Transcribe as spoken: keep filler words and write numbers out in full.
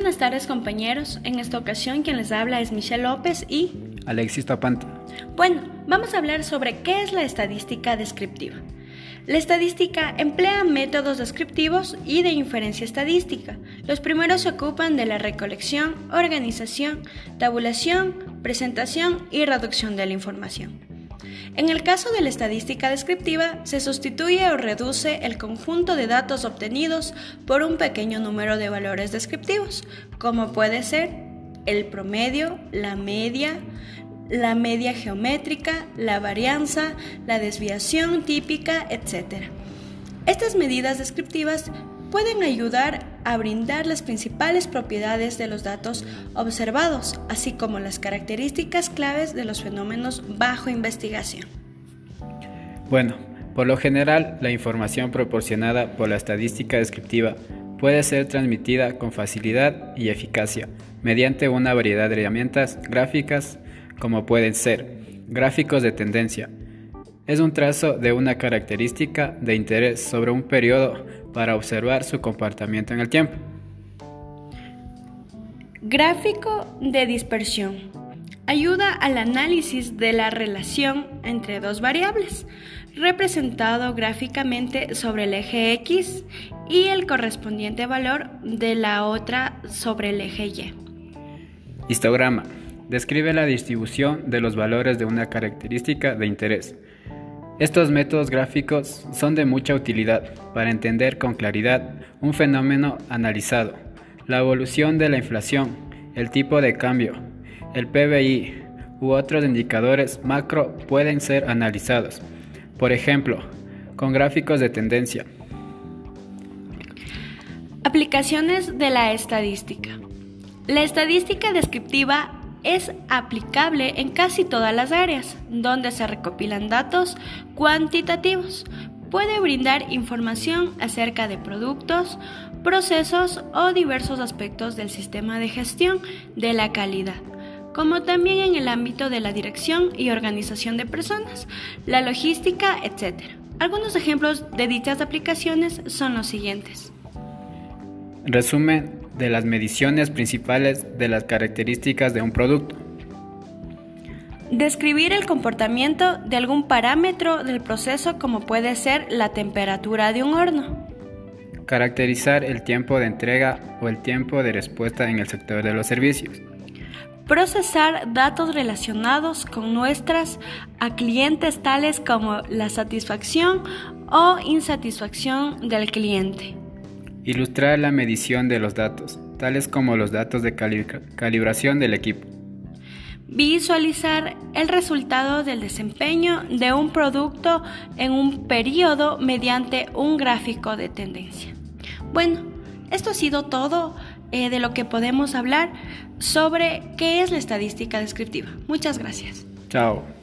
buenas tardes, compañeros. En esta ocasión quien les habla es Michelle López y Alexis Tapanta. Bueno, vamos a hablar sobre qué es la estadística descriptiva. La estadística emplea métodos descriptivos y de inferencia estadística. Los primeros se ocupan de la recolección, organización, tabulación, presentación y reducción de la información. En el caso de la estadística descriptiva, se sustituye o reduce el conjunto de datos obtenidos por un pequeño número de valores descriptivos, como puede ser el promedio, la media, la media geométrica, la varianza, la desviación típica, etcétera. Estas medidas descriptivas pueden ayudar a brindar las principales propiedades de los datos observados, así como las características claves de los fenómenos bajo investigación. Bueno, por lo general, la información proporcionada por la estadística descriptiva puede ser transmitida con facilidad y eficacia mediante una variedad de herramientas gráficas, como pueden ser gráficos de tendencia. Es un trazo de una característica de interés sobre un periodo para observar su comportamiento en el tiempo. Gráfico de dispersión. Ayuda al análisis de la relación entre dos variables, representado gráficamente sobre el eje X y el correspondiente valor de la otra sobre el eje Y. Histograma. Describe la distribución de los valores de una característica de interés. Estos métodos gráficos son de mucha utilidad para entender con claridad un fenómeno analizado. La evolución de la inflación, el tipo de cambio, el P B I u otros indicadores macro pueden ser analizados, por ejemplo, con gráficos de tendencia. Aplicaciones de la estadística. La estadística descriptiva es aplicable en casi todas las áreas donde se recopilan datos cuantitativos. Puede brindar información acerca de productos, procesos o diversos aspectos del sistema de gestión de la calidad, como también en el ámbito de la dirección y organización de personas, la logística, etcétera. Algunos ejemplos de dichas aplicaciones son los siguientes. Resumen de las mediciones principales de las características de un producto. Describir el comportamiento de algún parámetro del proceso, como puede ser la temperatura de un horno. Caracterizar el tiempo de entrega o el tiempo de respuesta en el sector de los servicios. Procesar datos relacionados con muestras a clientes tales como la satisfacción o insatisfacción del cliente. Ilustrar la medición de los datos, tales como los datos de calibra- calibración del equipo. Visualizar el resultado del desempeño de un producto en un periodo mediante un gráfico de tendencia. Bueno, esto ha sido todo eh, de lo que podemos hablar sobre qué es la estadística descriptiva. Muchas gracias. Chao.